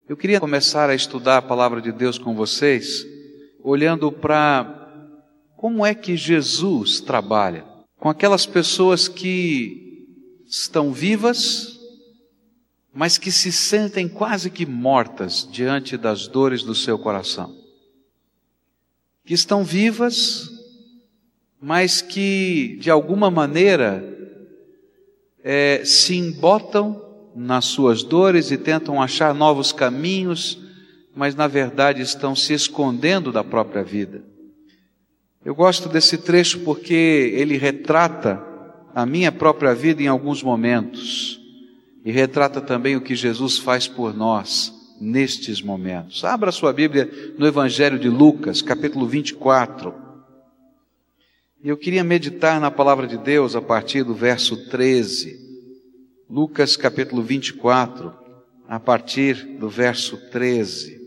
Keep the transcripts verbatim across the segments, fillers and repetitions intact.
Eu queria começar a estudar a palavra de Deus com vocês, olhando para como é que Jesus trabalha com aquelas pessoas que estão vivas, mas que se sentem quase que mortas diante das dores do seu coração. Que estão vivas, mas que de alguma maneira é, se embotam nas suas dores e tentam achar novos caminhos, mas na verdade estão se escondendo da própria vida. Eu gosto desse trecho porque ele retrata a minha própria vida em alguns momentos e retrata também o que Jesus faz por nós nestes momentos. Abra sua Bíblia no Evangelho de Lucas, capítulo vinte e quatro. E eu queria meditar na palavra de Deus a partir do verso treze. Lucas capítulo vinte e quatro, a partir do verso treze.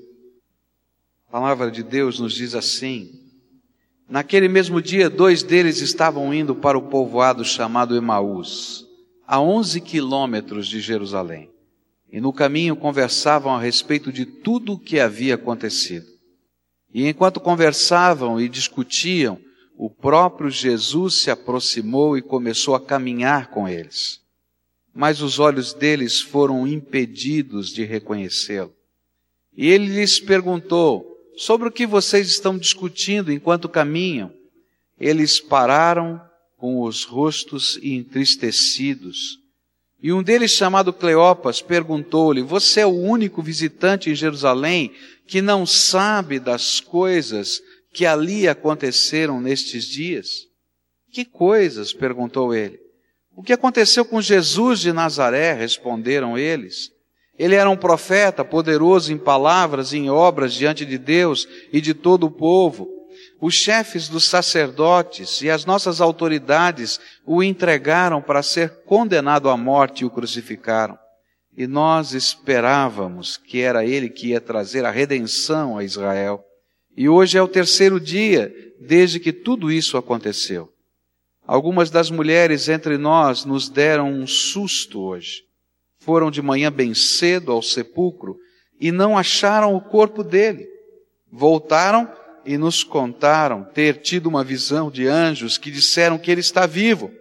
A palavra de Deus nos diz assim: naquele mesmo dia, dois deles estavam indo para o povoado chamado Emaús, a onze quilômetros de Jerusalém. E no caminho conversavam a respeito de tudo o que havia acontecido. E enquanto conversavam e discutiam, o próprio Jesus se aproximou e começou a caminhar com eles. Mas os olhos deles foram impedidos de reconhecê-lo. E ele lhes perguntou: sobre o que vocês estão discutindo enquanto caminham? Eles pararam com os rostos entristecidos. E um deles, chamado Cleopas, perguntou-lhe: você é o único visitante em Jerusalém que não sabe das coisas que ali aconteceram nestes dias? Que coisas? Perguntou ele. O que aconteceu com Jesus de Nazaré? Responderam eles. Ele era um profeta, poderoso em palavras e em obras diante de Deus e de todo o povo. Os chefes dos sacerdotes e as nossas autoridades o entregaram para ser condenado à morte e o crucificaram. E nós esperávamos que era ele que ia trazer a redenção a Israel. E hoje é o terceiro dia desde que tudo isso aconteceu. Algumas das mulheres entre nós nos deram um susto hoje. Foram de manhã bem cedo ao sepulcro e não acharam o corpo dele. Voltaram e nos contaram ter tido uma visão de anjos que disseram que ele está vivo.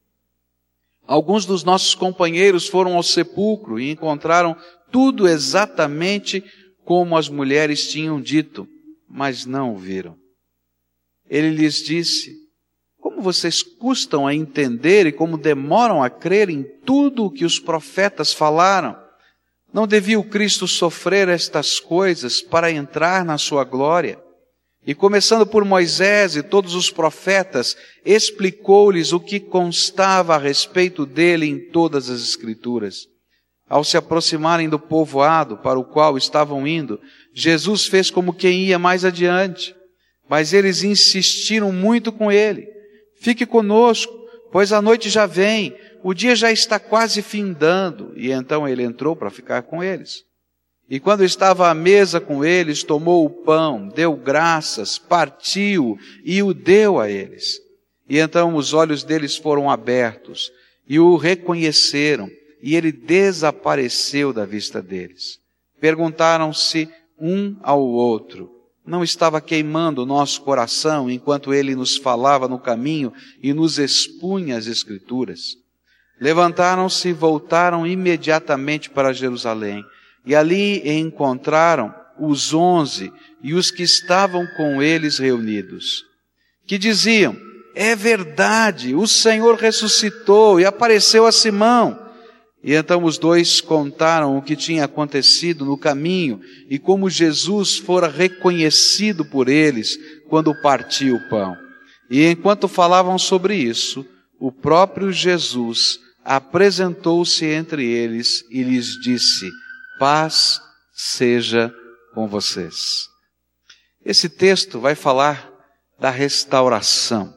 Alguns dos nossos companheiros foram ao sepulcro e encontraram tudo exatamente como as mulheres tinham dito, mas não o viram. Ele lhes disse: como vocês custam a entender e como demoram a crer em tudo o que os profetas falaram? Não devia o Cristo sofrer estas coisas para entrar na sua glória? E começando por Moisés e todos os profetas, explicou-lhes o que constava a respeito dele em todas as Escrituras. Ao se aproximarem do povoado para o qual estavam indo, Jesus fez como quem ia mais adiante, mas eles insistiram muito com ele: fique conosco, pois a noite já vem, o dia já está quase findando. E então ele entrou para ficar com eles. E quando estava à mesa com eles, tomou o pão, deu graças, partiu e o deu a eles. E então os olhos deles foram abertos e o reconheceram, e ele desapareceu da vista deles. Perguntaram-se um ao outro: não estava queimando o nosso coração enquanto ele nos falava no caminho e nos expunha as Escrituras? Levantaram-se e voltaram imediatamente para Jerusalém. E ali encontraram os onze e os que estavam com eles reunidos, que diziam: é verdade, o Senhor ressuscitou e apareceu a Simão. E então os dois contaram o que tinha acontecido no caminho e como Jesus fora reconhecido por eles quando partiu o pão. E enquanto falavam sobre isso, o próprio Jesus apresentou-se entre eles e lhes disse: paz seja com vocês. Esse texto vai falar da restauração.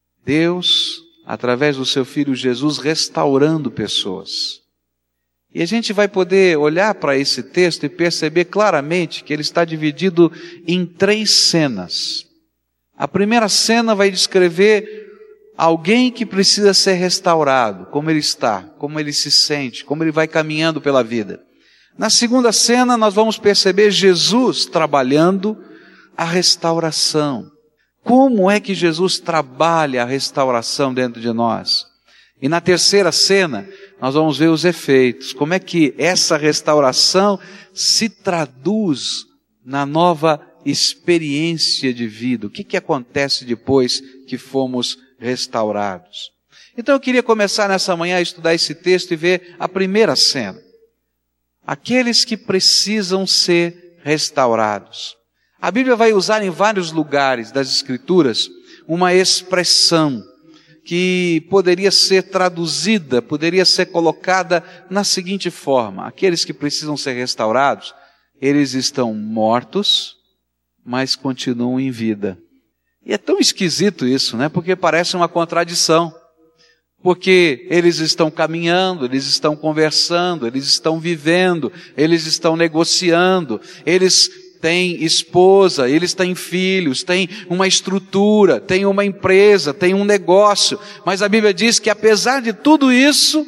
Deus, através do seu Filho Jesus, restaurando pessoas. E a gente vai poder olhar para esse texto e perceber claramente que ele está dividido em três cenas. A primeira cena vai descrever alguém que precisa ser restaurado, como ele está, como ele se sente, como ele vai caminhando pela vida. Na segunda cena, nós vamos perceber Jesus trabalhando a restauração. Como é que Jesus trabalha a restauração dentro de nós? E na terceira cena, nós vamos ver os efeitos. Como é que essa restauração se traduz na nova experiência de vida? O que que acontece depois que fomos restaurados? Então eu queria começar nessa manhã a estudar esse texto e ver a primeira cena. Aqueles que precisam ser restaurados. A Bíblia vai usar em vários lugares das Escrituras uma expressão que poderia ser traduzida, poderia ser colocada na seguinte forma: aqueles que precisam ser restaurados, eles estão mortos, mas continuam em vida. E é tão esquisito isso, né? Porque parece uma contradição. Porque eles estão caminhando, eles estão conversando, eles estão vivendo, eles estão negociando, eles têm esposa, eles têm filhos, têm uma estrutura, têm uma empresa, têm um negócio. Mas a Bíblia diz que apesar de tudo isso,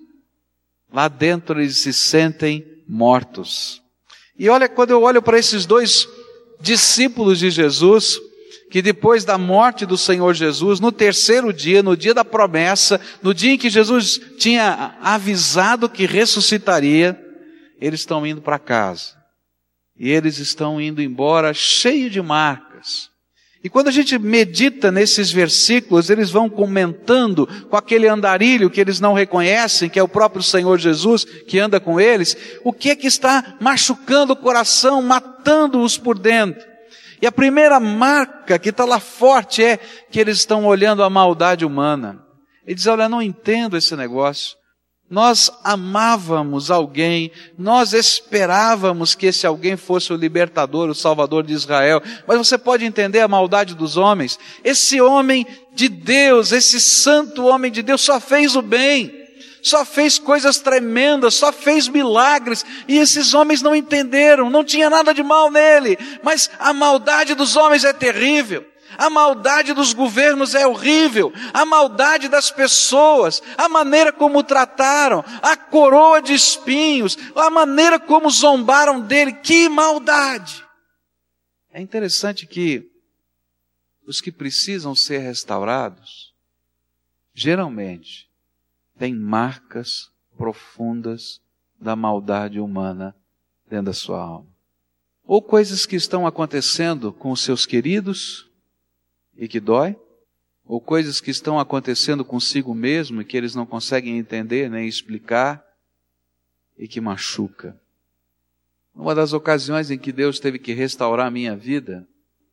lá dentro eles se sentem mortos. E olha, quando eu olho para esses dois discípulos de Jesus, que depois da morte do Senhor Jesus, no terceiro dia, no dia da promessa, no dia em que Jesus tinha avisado que ressuscitaria, eles estão indo para casa. E eles estão indo embora cheio de marcas. E quando a gente medita nesses versículos, eles vão comentando com aquele andarilho que eles não reconhecem, que é o próprio Senhor Jesus que anda com eles, o que é que está machucando o coração, matando-os por dentro. E a primeira marca que está lá forte é que eles estão olhando a maldade humana. Eles dizem: olha, não entendo esse negócio. Nós amávamos alguém, nós esperávamos que esse alguém fosse o libertador, o salvador de Israel. Mas você pode entender a maldade dos homens? Esse homem de Deus, esse santo homem de Deus só fez o bem. Só fez coisas tremendas, só fez milagres, e esses homens não entenderam, não tinha nada de mal nele, mas a maldade dos homens é terrível, a maldade dos governos é horrível, a maldade das pessoas, a maneira como o trataram, a coroa de espinhos, a maneira como zombaram dele, que maldade! É interessante que os que precisam ser restaurados, geralmente, tem marcas profundas da maldade humana dentro da sua alma. Ou coisas que estão acontecendo com os seus queridos e que dói, ou coisas que estão acontecendo consigo mesmo e que eles não conseguem entender nem explicar e que machuca. Uma das ocasiões em que Deus teve que restaurar a minha vida,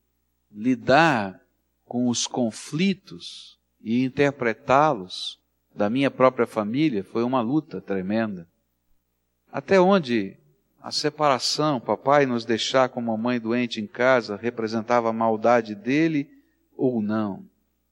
lidar com os conflitos e interpretá-los da minha própria família, foi uma luta tremenda. Até onde a separação, papai nos deixar com uma mãe doente em casa, representava a maldade dele ou não?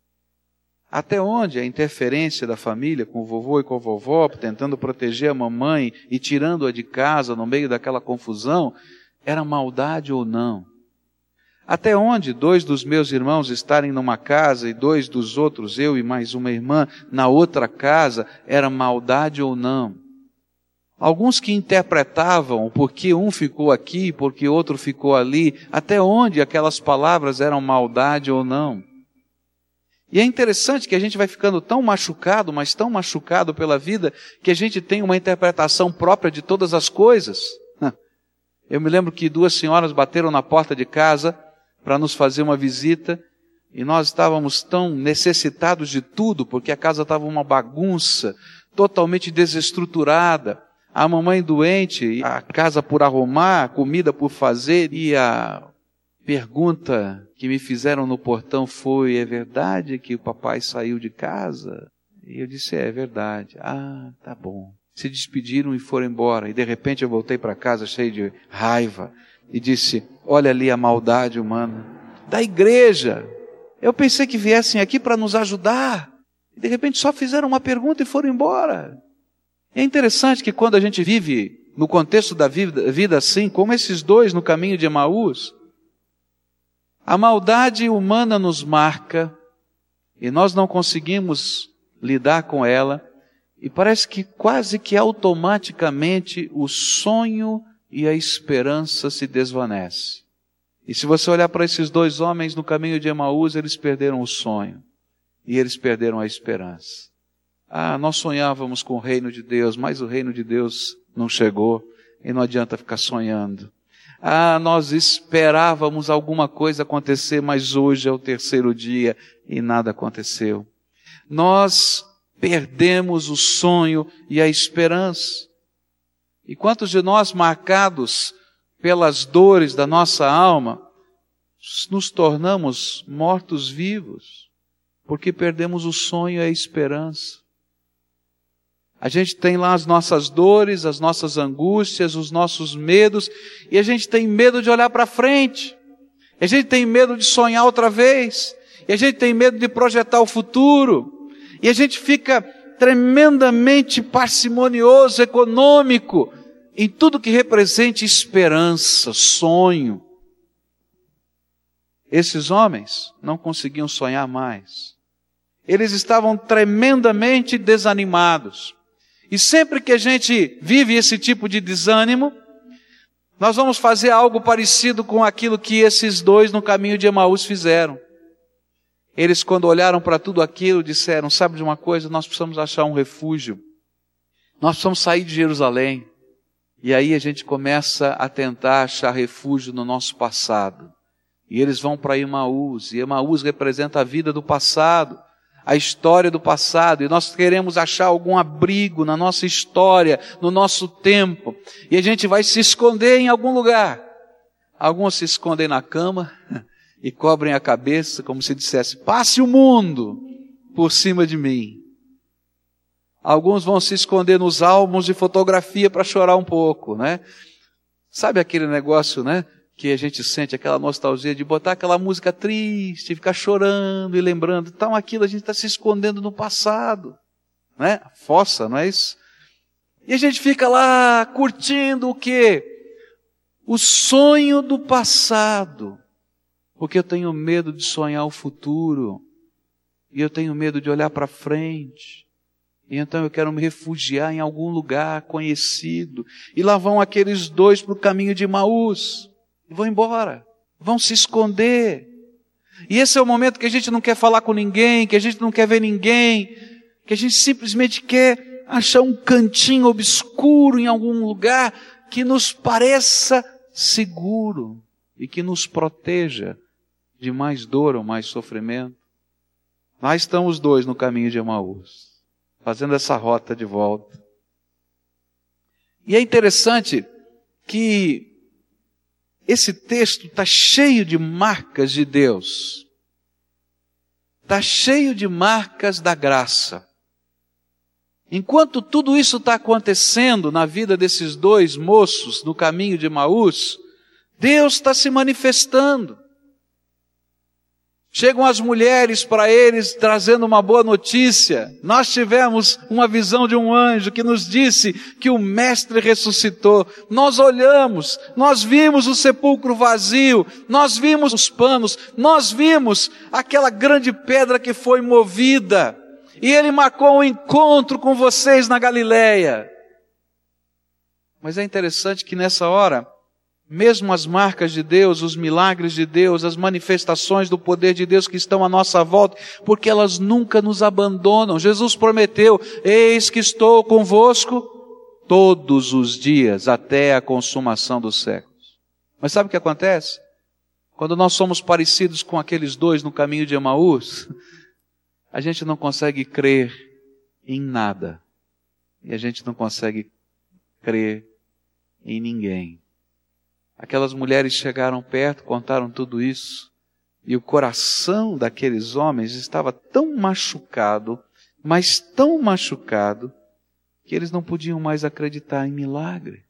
Até onde a interferência da família com o vovô e com a vovó, tentando proteger a mamãe e tirando-a de casa no meio daquela confusão, era maldade ou não? Até onde dois dos meus irmãos estarem numa casa e dois dos outros, eu e mais uma irmã, na outra casa, era maldade ou não? Alguns que interpretavam porque um ficou aqui, porque outro ficou ali, até onde aquelas palavras eram maldade ou não? E é interessante que a gente vai ficando tão machucado, mas tão machucado pela vida, que a gente tem uma interpretação própria de todas as coisas. Eu me lembro que duas senhoras bateram na porta de casa para nos fazer uma visita, e nós estávamos tão necessitados de tudo, porque a casa estava uma bagunça, totalmente desestruturada, a mamãe doente, a casa por arrumar, a comida por fazer, e a pergunta que me fizeram no portão foi: é verdade que o papai saiu de casa? E eu disse: é, é verdade. Ah, tá bom. Se despediram e foram embora, e de repente eu voltei para casa cheio de raiva, e disse: olha ali a maldade humana da igreja. Eu pensei que viessem aqui para nos ajudar. E de repente só fizeram uma pergunta e foram embora. É interessante que quando a gente vive no contexto da vida, vida assim, como esses dois no caminho de Emaús, a maldade humana nos marca e nós não conseguimos lidar com ela, E parece que quase que automaticamente o sonho e a esperança se desvanecem. E se você olhar para esses dois homens no caminho de Emaús, eles perderam o sonho e eles perderam a esperança. Ah, nós sonhávamos com o reino de Deus, mas o reino de Deus não chegou e não adianta ficar sonhando. Ah, nós esperávamos alguma coisa acontecer, mas hoje é o terceiro dia e nada aconteceu. Nós perdemos o sonho e a esperança. E quantos de nós, marcados pelas dores da nossa alma, nos tornamos mortos-vivos, porque perdemos o sonho e a esperança. A gente tem lá as nossas dores, as nossas angústias, os nossos medos, e a gente tem medo de olhar para frente, a gente tem medo de sonhar outra vez, e a gente tem medo de projetar o futuro, e a gente fica tremendamente parcimonioso, econômico, em tudo que represente esperança, sonho. Esses homens não conseguiam sonhar mais. Eles estavam tremendamente desanimados. E sempre que a gente vive esse tipo de desânimo, nós vamos fazer algo parecido com aquilo que esses dois no caminho de Emaús fizeram. Eles, quando olharam para tudo aquilo, disseram, sabe de uma coisa, nós precisamos achar um refúgio. Nós precisamos sair de Jerusalém. E aí a gente começa a tentar achar refúgio no nosso passado. E eles vão para Emaús, e Emaús representa a vida do passado, a história do passado, e nós queremos achar algum abrigo na nossa história, no nosso tempo, e a gente vai se esconder em algum lugar. Alguns se escondem na cama e cobrem a cabeça como se dissesse, passe o mundo por cima de mim. Alguns vão se esconder nos álbuns de fotografia para chorar um pouco, né? Sabe aquele negócio, né? Que a gente sente aquela nostalgia de botar aquela música triste, ficar chorando e lembrando. Então aquilo a gente está se escondendo no passado, né? Fossa, não é isso? E a gente fica lá curtindo o quê? O sonho do passado. Porque eu tenho medo de sonhar o futuro. E eu tenho medo de olhar para frente. E então eu quero me refugiar em algum lugar conhecido. E lá vão aqueles dois para o caminho de Emaús. E vão embora. Vão se esconder. E esse é o momento que a gente não quer falar com ninguém, que a gente não quer ver ninguém, que a gente simplesmente quer achar um cantinho obscuro em algum lugar que nos pareça seguro e que nos proteja de mais dor ou mais sofrimento. Lá estão os dois no caminho de Emaús, fazendo essa rota de volta. E é interessante que esse texto está cheio de marcas de Deus. Está cheio de marcas da graça. Enquanto tudo isso está acontecendo na vida desses dois moços no caminho de Emaús, Deus está se manifestando. Chegam as mulheres para eles trazendo uma boa notícia. Nós tivemos uma visão de um anjo que nos disse que o Mestre ressuscitou. Nós olhamos, nós vimos o sepulcro vazio, nós vimos os panos, nós vimos aquela grande pedra que foi movida. E ele marcou um encontro com vocês na Galileia. Mas é interessante que nessa hora, mesmo as marcas de Deus, os milagres de Deus, as manifestações do poder de Deus que estão à nossa volta, porque elas nunca nos abandonam. Jesus prometeu, eis que estou convosco todos os dias, até a consumação dos séculos. Mas sabe o que acontece? Quando nós somos parecidos com aqueles dois no caminho de Emaús, a gente não consegue crer em nada. E a gente não consegue crer em ninguém. Aquelas mulheres chegaram perto, contaram tudo isso, e o coração daqueles homens estava tão machucado, mas tão machucado, que eles não podiam mais acreditar em milagre.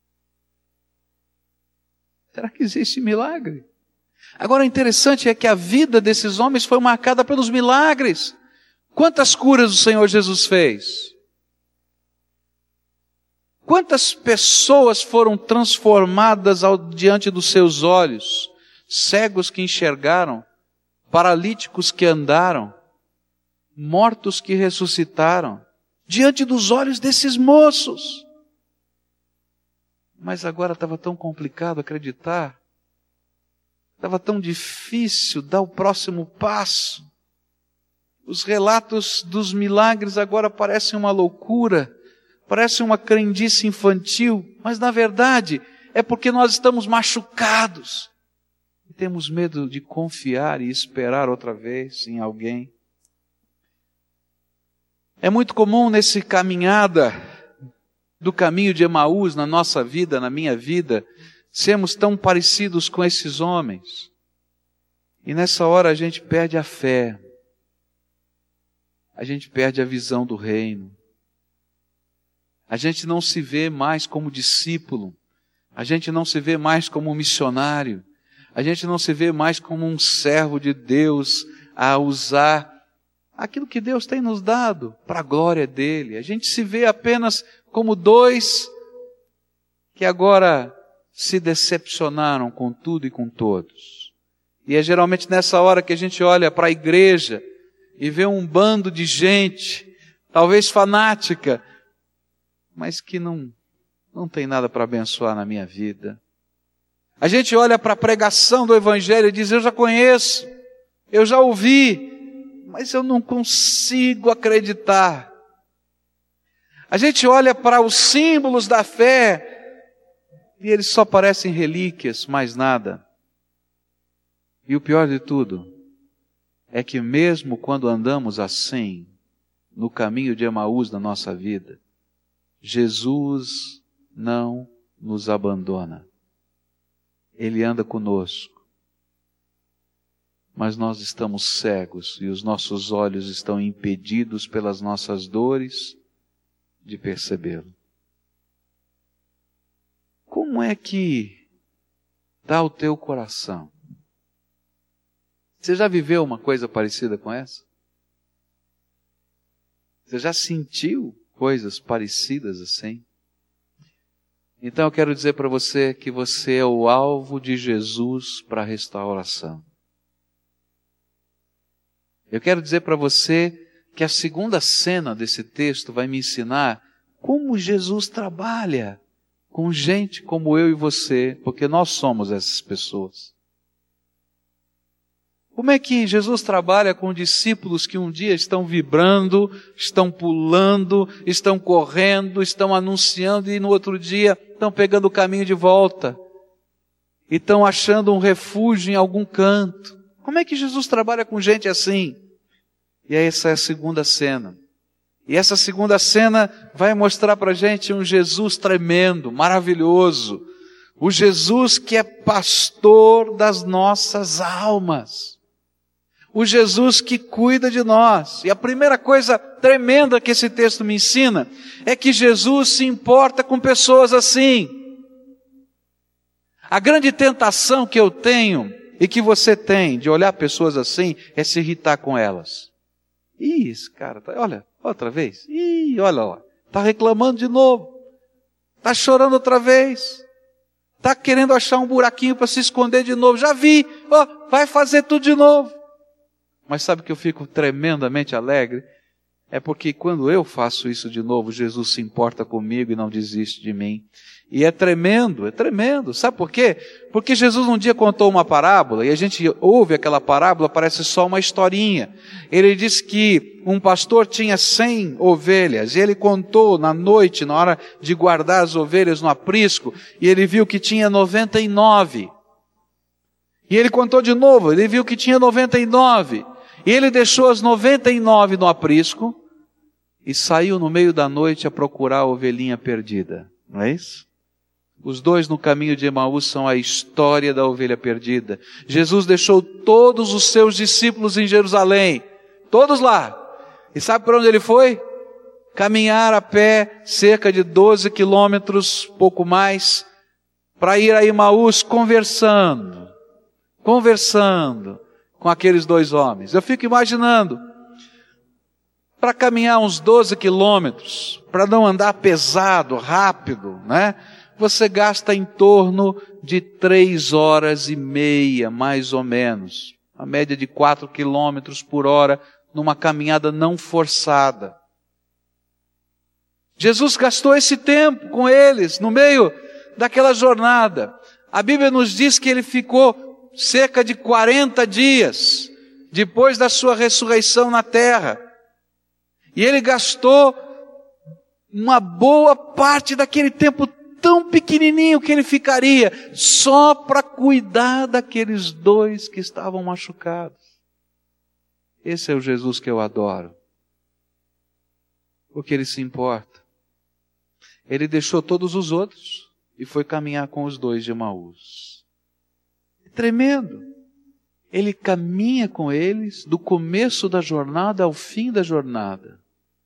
Será que existe milagre? Agora, o interessante é que a vida desses homens foi marcada pelos milagres. Quantas curas o Senhor Jesus fez? Quantas pessoas foram transformadas ao, diante dos seus olhos? Cegos que enxergaram, paralíticos que andaram, mortos que ressuscitaram, diante dos olhos desses moços. Mas agora estava tão complicado acreditar, estava tão difícil dar o próximo passo. Os relatos dos milagres agora parecem uma loucura, parecem uma crendice infantil, mas na verdade é porque nós estamos machucados e temos medo de confiar e esperar outra vez em alguém. É muito comum nesse caminhada do caminho de Emaús na nossa vida, na minha vida, sermos tão parecidos com esses homens. E nessa hora a gente perde a fé, a gente perde a visão do reino. A gente não se vê mais como discípulo, a gente não se vê mais como um missionário, a gente não se vê mais como um servo de Deus a usar aquilo que Deus tem nos dado para a glória dele. A gente se vê apenas como dois que agora se decepcionaram com tudo e com todos. E é geralmente nessa hora que a gente olha para a igreja e vê um bando de gente, talvez fanática, mas que não, não tem nada para abençoar na minha vida. A gente olha para a pregação do Evangelho e diz, eu já conheço, eu já ouvi, mas eu não consigo acreditar. A gente olha para os símbolos da fé e eles só parecem relíquias, mais nada. E o pior de tudo é que mesmo quando andamos assim, no caminho de Emaús da nossa vida, Jesus não nos abandona. Ele anda conosco. Mas nós estamos cegos e os nossos olhos estão impedidos pelas nossas dores de percebê-lo. Como é que está o teu coração? Você já viveu uma coisa parecida com essa? Você já sentiu coisas parecidas assim? Então eu quero dizer para você que você é o alvo de Jesus para a restauração. Eu quero dizer para você que a segunda cena desse texto vai me ensinar como Jesus trabalha com gente como eu e você, porque nós somos essas pessoas. Como é que Jesus trabalha com discípulos que um dia estão vibrando, estão pulando, estão correndo, estão anunciando e no outro dia estão pegando o caminho de volta e estão achando um refúgio em algum canto? Como é que Jesus trabalha com gente assim? E essa é a segunda cena. E essa segunda cena vai mostrar para a gente um Jesus tremendo, maravilhoso. O Jesus que é pastor das nossas almas. O Jesus que cuida de nós. E a primeira coisa tremenda que esse texto me ensina é que Jesus se importa com pessoas assim. A grande tentação que eu tenho e que você tem de olhar pessoas assim é se irritar com elas. Ih, esse cara, tá, olha, outra vez. Ih, olha lá, está reclamando de novo. Está chorando outra vez. Está querendo achar um buraquinho para se esconder de novo. Já vi, oh, vai fazer tudo de novo. Mas sabe que eu fico tremendamente alegre? É porque quando eu faço isso de novo, Jesus se importa comigo e não desiste de mim. E é tremendo, é tremendo. Sabe por quê? Porque Jesus um dia contou uma parábola, e a gente ouve aquela parábola, parece só uma historinha. Ele disse que um pastor tinha cem ovelhas, e ele contou na noite, na hora de guardar as ovelhas no aprisco, e ele viu que tinha noventa e nove. E ele contou de novo, ele viu que tinha noventa e nove. E ele deixou as noventa e nove no aprisco e saiu no meio da noite a procurar a ovelhinha perdida. Não é isso? Os dois no caminho de Emaús são a história da ovelha perdida. Jesus deixou todos os seus discípulos em Jerusalém. Todos lá. E sabe para onde ele foi? Caminhar a pé cerca de doze quilômetros, pouco mais, para ir a Emaús conversando. Conversando com aqueles dois homens. Eu fico imaginando, para caminhar uns doze quilômetros, para não andar pesado, rápido, né? Você gasta em torno de três horas e meia, mais ou menos. A média de quatro quilômetros por hora, numa caminhada não forçada. Jesus gastou esse tempo com eles, no meio daquela jornada. A Bíblia nos diz que ele ficou cerca de quarenta dias depois da sua ressurreição na terra. E ele gastou uma boa parte daquele tempo tão pequenininho que ele ficaria só para cuidar daqueles dois que estavam machucados. Esse é o Jesus que eu adoro. Porque ele se importa. Ele deixou todos os outros e foi caminhar com os dois de Emaús. É tremendo. Ele caminha com eles do começo da jornada ao fim da jornada.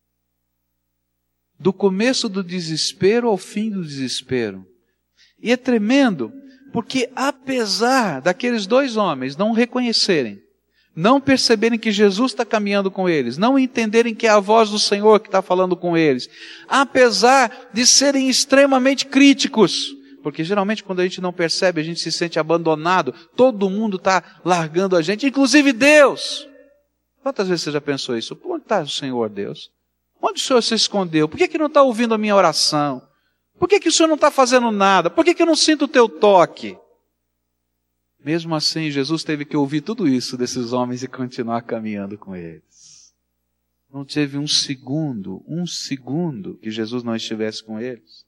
Do começo do desespero ao fim do desespero. E é tremendo, porque apesar daqueles dois homens não reconhecerem, não perceberem que Jesus está caminhando com eles, não entenderem que é a voz do Senhor que está falando com eles, apesar de serem extremamente críticos, porque geralmente quando a gente não percebe, a gente se sente abandonado, todo mundo está largando a gente, inclusive Deus. Quantas vezes você já pensou isso? Onde está o Senhor, Deus? Onde o Senhor se escondeu? Por que que não está ouvindo a minha oração? Por que que o Senhor não está fazendo nada? Por que que eu não sinto o teu toque? Mesmo assim, Jesus teve que ouvir tudo isso desses homens e continuar caminhando com eles. Não teve um segundo, um segundo que Jesus não estivesse com eles.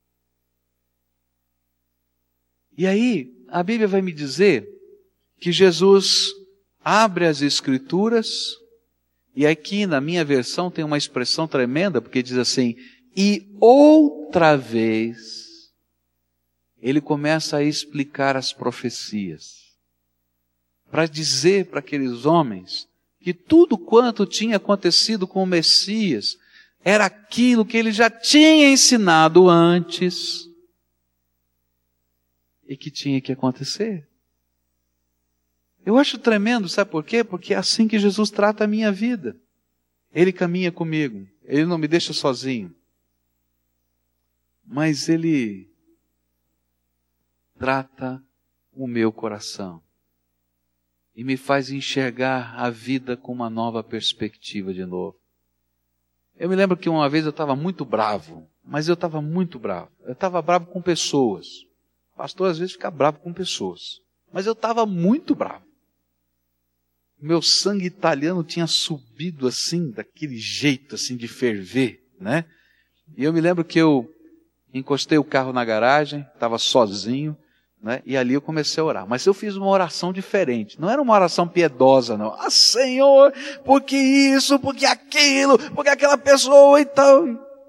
E aí, a Bíblia vai me dizer que Jesus abre as Escrituras, e aqui na minha versão tem uma expressão tremenda, porque diz assim, e outra vez, ele começa a explicar as profecias, para dizer para aqueles homens que tudo quanto tinha acontecido com o Messias era aquilo que ele já tinha ensinado antes e que tinha que acontecer. Eu acho tremendo, sabe por quê? Porque é assim que Jesus trata a minha vida. Ele caminha comigo, ele não me deixa sozinho, mas ele trata o meu coração e me faz enxergar a vida com uma nova perspectiva de novo. Eu me lembro que uma vez eu estava muito bravo, mas eu estava muito bravo. Eu estava bravo com pessoas. O pastor às vezes fica bravo com pessoas, mas eu estava muito bravo. Meu sangue italiano tinha subido assim, daquele jeito assim de ferver, né? E eu me lembro que eu encostei o carro na garagem, estava sozinho, né? E ali eu comecei a orar. Mas eu fiz uma oração diferente. Não era uma oração piedosa, não. Ah, Senhor, por que isso, por que aquilo, por que aquela pessoa e tal.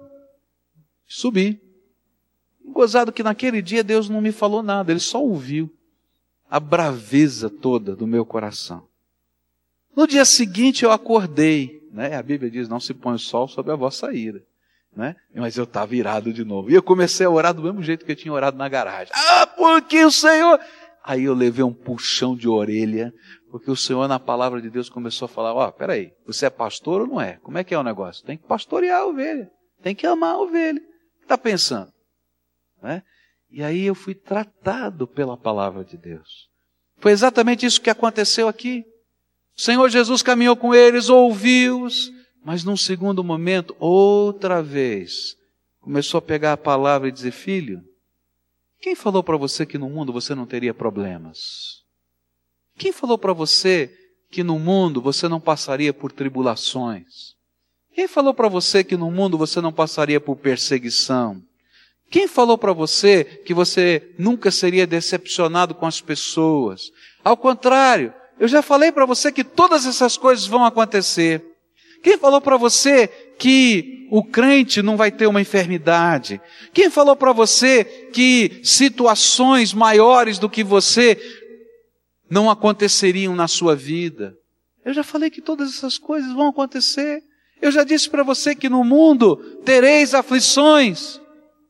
Subi. Gozado que naquele dia Deus não me falou nada. Ele só ouviu a braveza toda do meu coração. No dia seguinte eu acordei, né? A Bíblia diz, não se põe o sol sobre a vossa ira, né? Mas eu estava irado de novo. E eu comecei a orar do mesmo jeito que eu tinha orado na garagem. Ah, porque o Senhor... Aí eu levei um puxão de orelha, porque o Senhor na palavra de Deus começou a falar, ó, oh, peraí, você é pastor ou não é? Como é que é o negócio? Tem que pastorear a ovelha, tem que amar a ovelha. O que está pensando? Né? E aí eu fui tratado pela palavra de Deus. Foi exatamente isso que aconteceu aqui. O Senhor Jesus caminhou com eles, ouviu-os, mas num segundo momento, outra vez, começou a pegar a palavra e dizer, filho, quem falou para você que no mundo você não teria problemas? Quem falou para você que no mundo você não passaria por tribulações? Quem falou para você que no mundo você não passaria por perseguição? Quem falou para você que você nunca seria decepcionado com as pessoas? Ao contrário, eu já falei para você que todas essas coisas vão acontecer. Quem falou para você que o crente não vai ter uma enfermidade? Quem falou para você que situações maiores do que você não aconteceriam na sua vida? Eu já falei que todas essas coisas vão acontecer. Eu já disse para você que no mundo tereis aflições.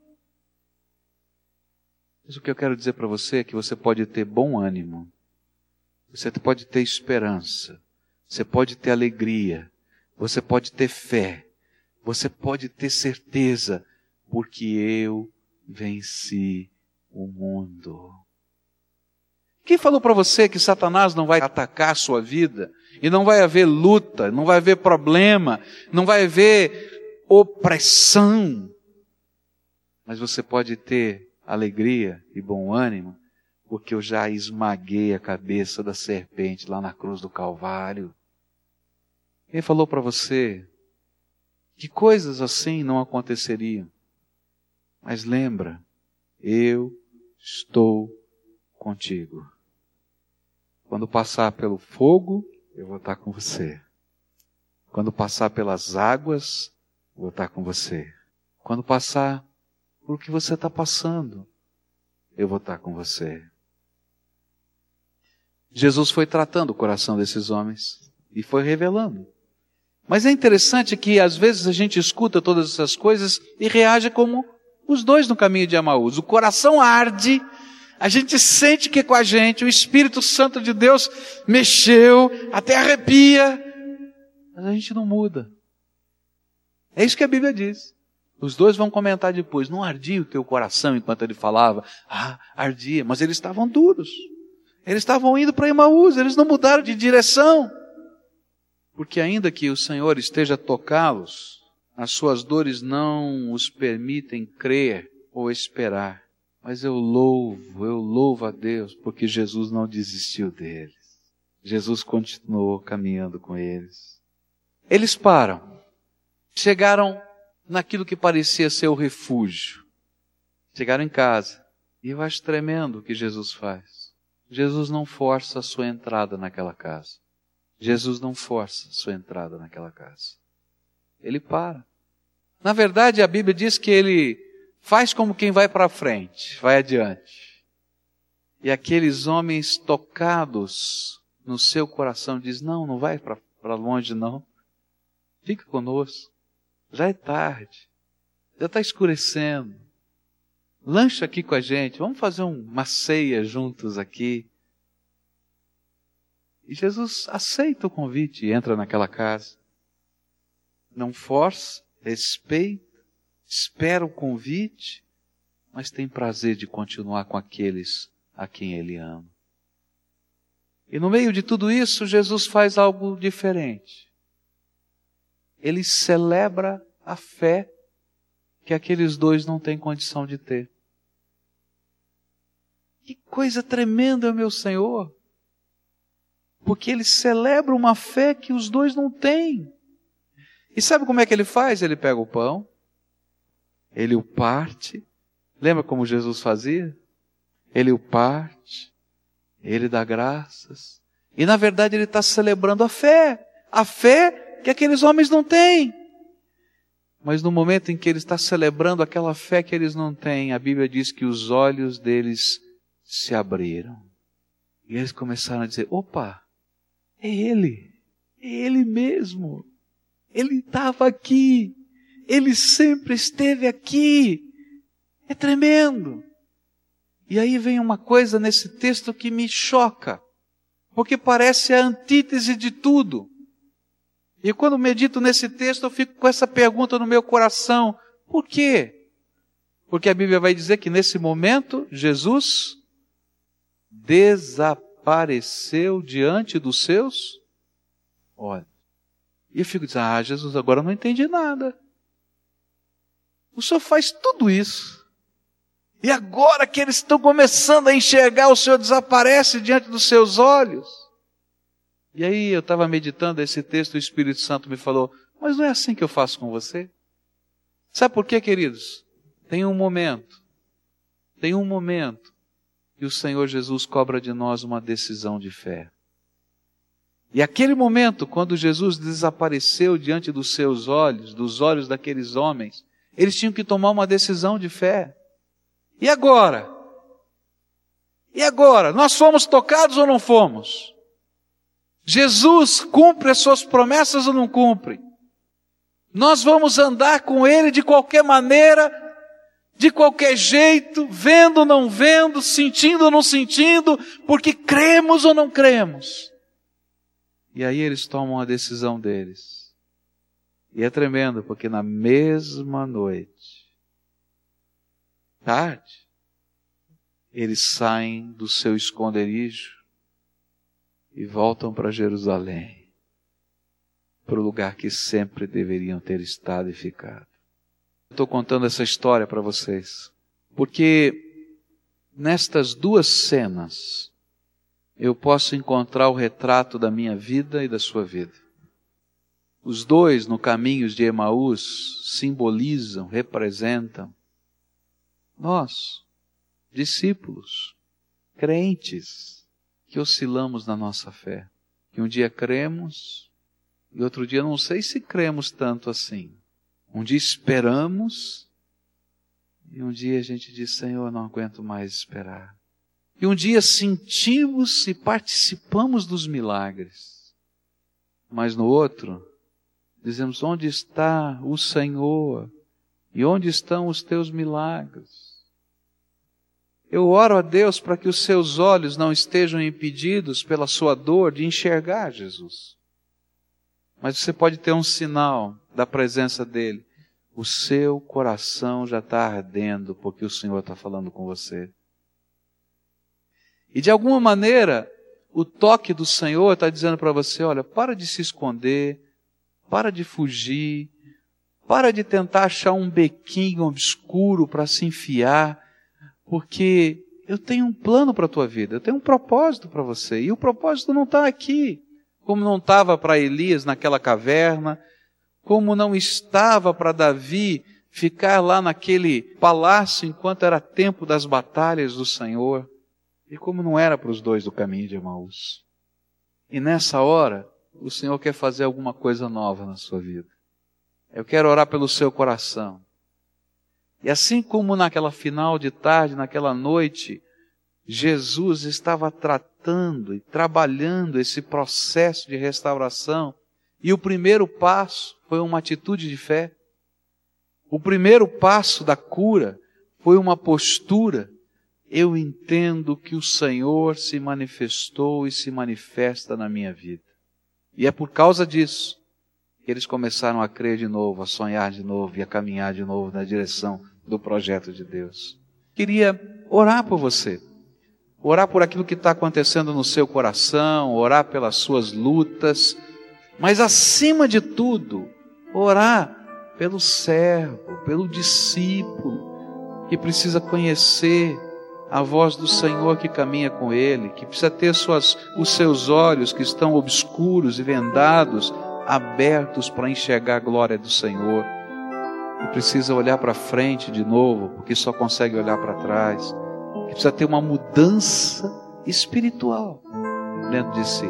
Mas o que eu quero dizer para você é que você pode ter bom ânimo. Você pode ter esperança, você pode ter alegria, você pode ter fé, você pode ter certeza, porque eu venci o mundo. Quem falou para você que Satanás não vai atacar a sua vida, e não vai haver luta, não vai haver problema, não vai haver opressão, Mas você pode ter alegria e bom ânimo, porque eu já esmaguei a cabeça da serpente lá na cruz do Calvário. Quem falou para você que coisas assim não aconteceriam? Mas lembra, eu estou contigo. Quando passar pelo fogo, eu vou estar com você. Quando passar pelas águas, eu vou estar com você. Quando passar por o que você está passando, eu vou estar com você. Jesus foi tratando o coração desses homens e foi revelando. Mas é interessante que às vezes a gente escuta todas essas coisas e reage como os dois no caminho de Emaús. O coração arde, a gente sente que é com a gente, o Espírito Santo de Deus mexeu, até arrepia, mas a gente não muda. É isso que a Bíblia diz. Os dois vão comentar depois, não ardia o teu coração enquanto ele falava? Ah, ardia, mas eles estavam duros. Eles estavam indo para Emaús, eles não mudaram de direção. Porque ainda que o Senhor esteja a tocá-los, as suas dores não os permitem crer ou esperar. Mas eu louvo, eu louvo a Deus, porque Jesus não desistiu deles. Jesus continuou caminhando com eles. Eles param. Chegaram naquilo que parecia ser o refúgio. Chegaram em casa. E eu acho tremendo o que Jesus faz. Jesus não força a sua entrada naquela casa. Jesus não força a sua entrada naquela casa. Ele para. Na verdade, a Bíblia diz que ele faz como quem vai para frente, vai adiante. E aqueles homens tocados no seu coração dizem, não, não vai para longe não. Fica conosco. Já é tarde. Já está escurecendo. Lancha aqui com a gente. Vamos fazer uma ceia juntos aqui. E Jesus aceita o convite e entra naquela casa. Não força, respeita, espera o convite, mas tem prazer de continuar com aqueles a quem Ele ama. E no meio de tudo isso, Jesus faz algo diferente. Ele celebra a fé que aqueles dois não têm condição de ter. Que coisa tremenda, meu Senhor! Porque ele celebra uma fé que os dois não têm. E sabe como é que ele faz? Ele pega o pão, ele o parte. Lembra como Jesus fazia? Ele o parte, ele dá graças. E na verdade ele está celebrando a fé. A fé que aqueles homens não têm. Mas no momento em que ele está celebrando aquela fé que eles não têm, a Bíblia diz que os olhos deles se abriram. E eles começaram a dizer, opa, é Ele, é Ele mesmo. Ele estava aqui, Ele sempre esteve aqui. É tremendo. E aí vem uma coisa nesse texto que me choca, porque parece a antítese de tudo. E quando medito nesse texto, eu fico com essa pergunta no meu coração. Por quê? Porque a Bíblia vai dizer que nesse momento, Jesus desapareceu diante dos seus olhos. E eu fico dizendo, ah, Jesus, agora eu não entendi nada. O Senhor faz tudo isso. E agora que eles estão começando a enxergar, o Senhor desaparece diante dos seus olhos. E aí eu estava meditando esse texto, o Espírito Santo me falou, mas não é assim que eu faço com você? Sabe por quê, queridos? Tem um momento, tem um momento que o Senhor Jesus cobra de nós uma decisão de fé. E aquele momento, quando Jesus desapareceu diante dos seus olhos, dos olhos daqueles homens, eles tinham que tomar uma decisão de fé. E agora? E agora? Nós fomos tocados ou não fomos? Jesus cumpre as suas promessas ou não cumpre? Nós vamos andar com Ele de qualquer maneira, de qualquer jeito, vendo ou não vendo, sentindo ou não sentindo, porque cremos ou não cremos. E aí eles tomam a decisão deles. E é tremendo, porque na mesma noite, tarde, eles saem do seu esconderijo e voltam para Jerusalém, para o lugar que sempre deveriam ter estado e ficado. Estou contando essa história para vocês, porque nestas duas cenas eu posso encontrar o retrato da minha vida e da sua vida. Os dois no caminho de Emaús simbolizam, representam nós, discípulos, crentes, que oscilamos na nossa fé, que um dia cremos e outro dia não sei se cremos tanto assim. Um dia esperamos e um dia a gente diz, Senhor, não aguento mais esperar. E um dia sentimos e participamos dos milagres. Mas no outro, dizemos, onde está o Senhor? E onde estão os teus milagres? Eu oro a Deus para que os seus olhos não estejam impedidos pela sua dor de enxergar Jesus. Mas você pode ter um sinal da presença dele. O seu coração já está ardendo porque o Senhor está falando com você. E de alguma maneira, o toque do Senhor está dizendo para você, olha, para de se esconder, para de fugir, para de tentar achar um bequinho obscuro para se enfiar, porque eu tenho um plano para a tua vida, eu tenho um propósito para você, e o propósito não está aqui, como não estava para Elias naquela caverna, como não estava para Davi ficar lá naquele palácio enquanto era tempo das batalhas do Senhor, e como não era para os dois do caminho de Emaús. E nessa hora, o Senhor quer fazer alguma coisa nova na sua vida. Eu quero orar pelo seu coração. E assim como naquela final de tarde, naquela noite, Jesus estava tratando e trabalhando esse processo de restauração, e o primeiro passo foi uma atitude de fé. O primeiro passo da cura foi uma postura. Eu entendo que o Senhor se manifestou e se manifesta na minha vida. E é por causa disso que eles começaram a crer de novo, a sonhar de novo e a caminhar de novo na direção do projeto de Deus. Queria orar por você. Orar por aquilo que está acontecendo no seu coração, orar pelas suas lutas, mas acima de tudo, orar pelo servo, pelo discípulo, que precisa conhecer a voz do Senhor que caminha com ele, que precisa ter suas, os seus olhos que estão obscuros e vendados, abertos para enxergar a glória do Senhor, e precisa olhar para frente de novo, porque só consegue olhar para trás, que precisa ter uma mudança espiritual dentro de si.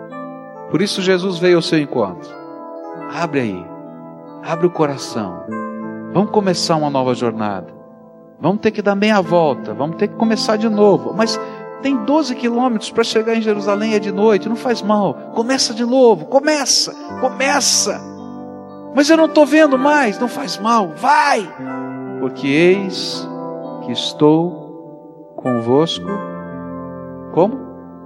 Por isso Jesus veio ao seu encontro. Abre aí, abre o coração, vamos começar uma nova jornada, vamos ter que dar meia volta, vamos ter que começar de novo, mas tem doze quilômetros para chegar em Jerusalém, é de noite, não faz mal, começa de novo, começa, começa, mas eu não estou vendo mais, não faz mal, vai, porque eis que estou convosco, como?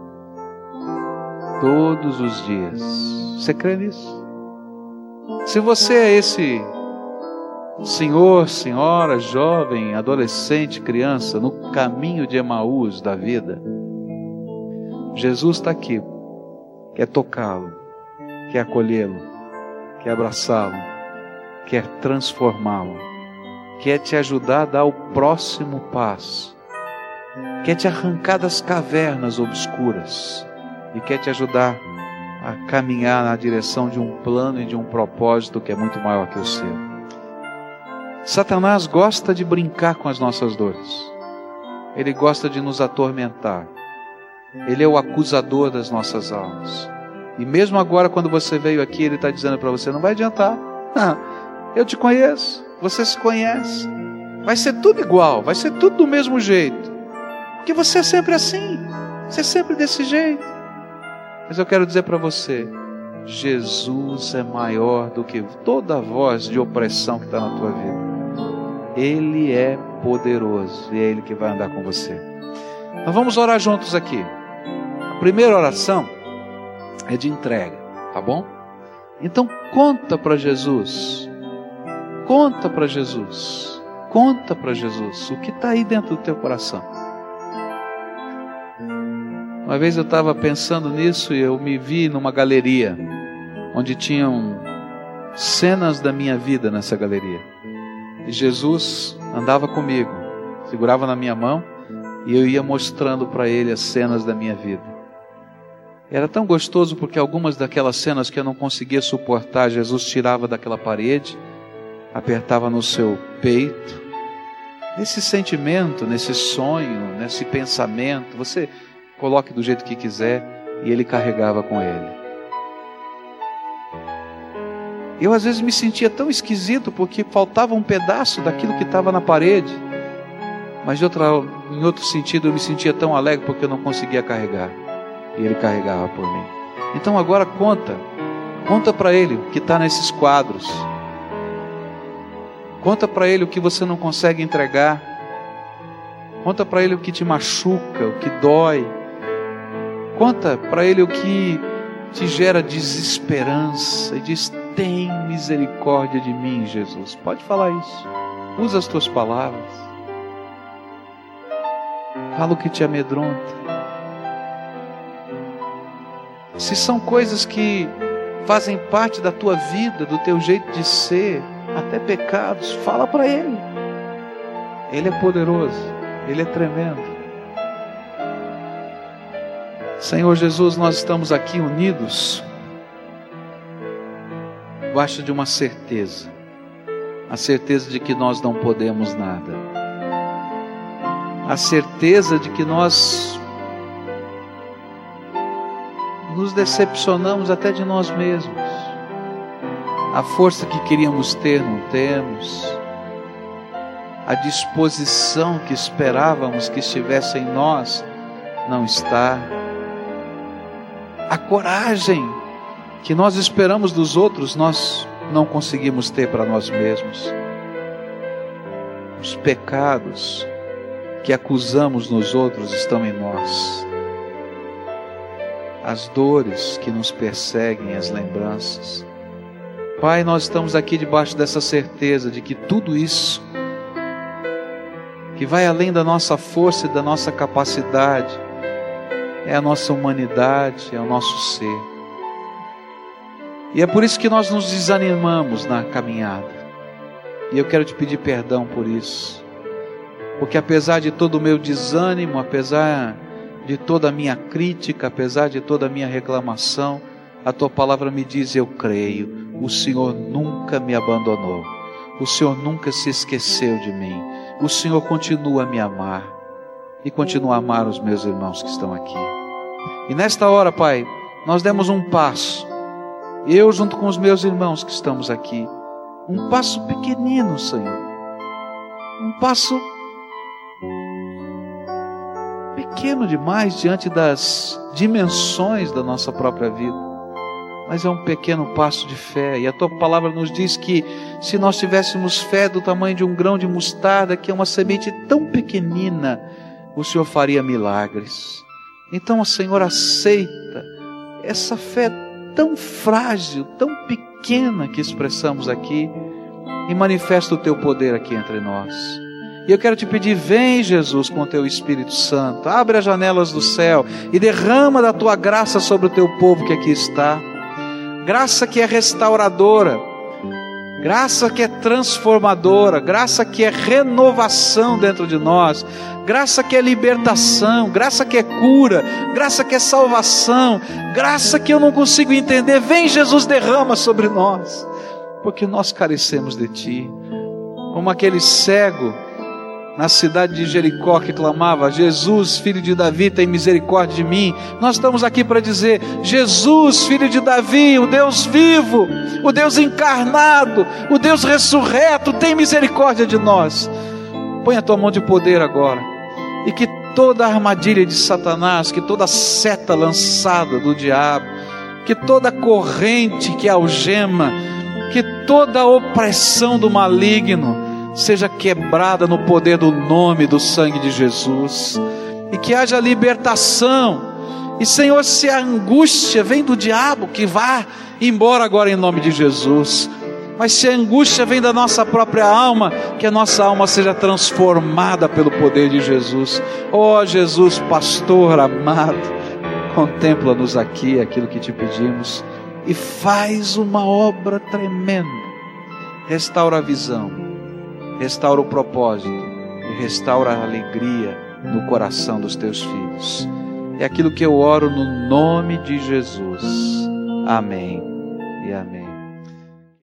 Todos os dias. Você crê nisso? Se você é esse senhor, senhora, jovem, adolescente, criança, no caminho de Emaús da vida, Jesus está aqui, quer tocá-lo, quer acolhê-lo, quer abraçá-lo, quer transformá-lo, quer te ajudar a dar o próximo passo, quer te arrancar das cavernas obscuras e quer te ajudar a caminhar na direção de um plano e de um propósito que é muito maior que o seu. Satanás gosta de brincar com as nossas dores. Ele gosta de nos atormentar. Ele é o acusador das nossas almas. E mesmo agora, quando você veio aqui, ele está dizendo para você, não vai adiantar. Eu te conheço, você se conhece. Vai ser tudo igual, vai ser tudo do mesmo jeito. Porque você é sempre assim, você é sempre desse jeito. Mas eu quero dizer para você, Jesus é maior do que toda voz de opressão que está na tua vida. Ele é poderoso e é Ele que vai andar com você. Nós vamos orar juntos aqui. A primeira oração é de entrega, tá bom? Então conta para Jesus, conta para Jesus, conta para Jesus o que está aí dentro do teu coração. Uma vez eu estava pensando nisso e eu me vi numa galeria, onde tinham cenas da minha vida nessa galeria. E Jesus andava comigo, segurava na minha mão e eu ia mostrando para ele as cenas da minha vida. Era tão gostoso porque algumas daquelas cenas que eu não conseguia suportar, Jesus tirava daquela parede, apertava no seu peito. Nesse sentimento, nesse sonho, nesse pensamento, você coloque do jeito que quiser, e ele carregava com ele. Eu às vezes me sentia tão esquisito porque faltava um pedaço daquilo que estava na parede, mas de outra, em outro sentido eu me sentia tão alegre porque eu não conseguia carregar, e ele carregava por mim. Então agora conta, conta para ele o que está nesses quadros. Conta para ele o que você não consegue entregar. Conta para ele o que te machuca, o que dói. Conta para ele o que te gera desesperança. E diz: tem misericórdia de mim, Jesus. Pode falar isso. Usa as tuas palavras. Fala o que te amedronta. Se são coisas que fazem parte da tua vida, do teu jeito de ser, até pecados, fala para ele. Ele é poderoso, ele é tremendo. Senhor Jesus, nós estamos aqui unidos debaixo de uma certeza, a certeza de que nós não podemos nada, a certeza de que nós nos decepcionamos até de nós mesmos. A força que queríamos ter não temos, a disposição que esperávamos que estivesse em nós não está, a coragem que nós esperamos dos outros nós não conseguimos ter para nós mesmos, os pecados que acusamos nos outros estão em nós, as dores que nos perseguem, as lembranças. Pai, nós estamos aqui debaixo dessa certeza de que tudo isso, que vai além da nossa força e da nossa capacidade, é a nossa humanidade, é o nosso ser. E é por isso que nós nos desanimamos na caminhada. E eu quero te pedir perdão por isso. Porque apesar de todo o meu desânimo, apesar de toda a minha crítica, apesar de toda a minha reclamação, a tua palavra me diz: eu creio. O Senhor nunca me abandonou. O Senhor nunca se esqueceu de mim. O Senhor continua a me amar. E continua a amar os meus irmãos que estão aqui. E nesta hora, Pai, nós demos um passo. Eu junto com os meus irmãos que estamos aqui. Um passo pequenino, Senhor. Um passo pequeno demais diante das dimensões da nossa própria vida. Mas é um pequeno passo de fé, e a tua palavra nos diz que se nós tivéssemos fé do tamanho de um grão de mostarda, que é uma semente tão pequenina, o Senhor faria milagres. Então, Senhor, aceita essa fé tão frágil, tão pequena que expressamos aqui, e manifesta o teu poder aqui entre nós. E eu quero te pedir: vem, Jesus, com o teu Espírito Santo, abre as janelas do céu e derrama da tua graça sobre o teu povo que aqui está. Graça que é restauradora, graça que é transformadora, graça que é renovação dentro de nós, graça que é libertação, graça que é cura, graça que é salvação, graça que eu não consigo entender. Vem, Jesus, derrama sobre nós, porque nós carecemos de ti. Como aquele cego na cidade de Jericó que clamava: Jesus, filho de Davi, tem misericórdia de mim. Nós estamos aqui para dizer: Jesus, filho de Davi, o Deus vivo, o Deus encarnado, o Deus ressurreto, tem misericórdia de nós. Põe a tua mão de poder agora, e que toda a armadilha de Satanás, que toda a seta lançada do diabo, que toda a corrente que algema, que toda a opressão do maligno seja quebrada no poder do nome, do sangue de Jesus, e que haja libertação. E, Senhor, se a angústia vem do diabo, que vá embora agora em nome de Jesus. Mas se a angústia vem da nossa própria alma, que a nossa alma seja transformada pelo poder de Jesus. Ó Jesus, pastor amado, contempla-nos aqui, aquilo que te pedimos, e faz uma obra tremenda. Restaura a visão, restaura o propósito e restaura a alegria no coração dos teus filhos. É aquilo que eu oro no nome de Jesus. Amém e amém.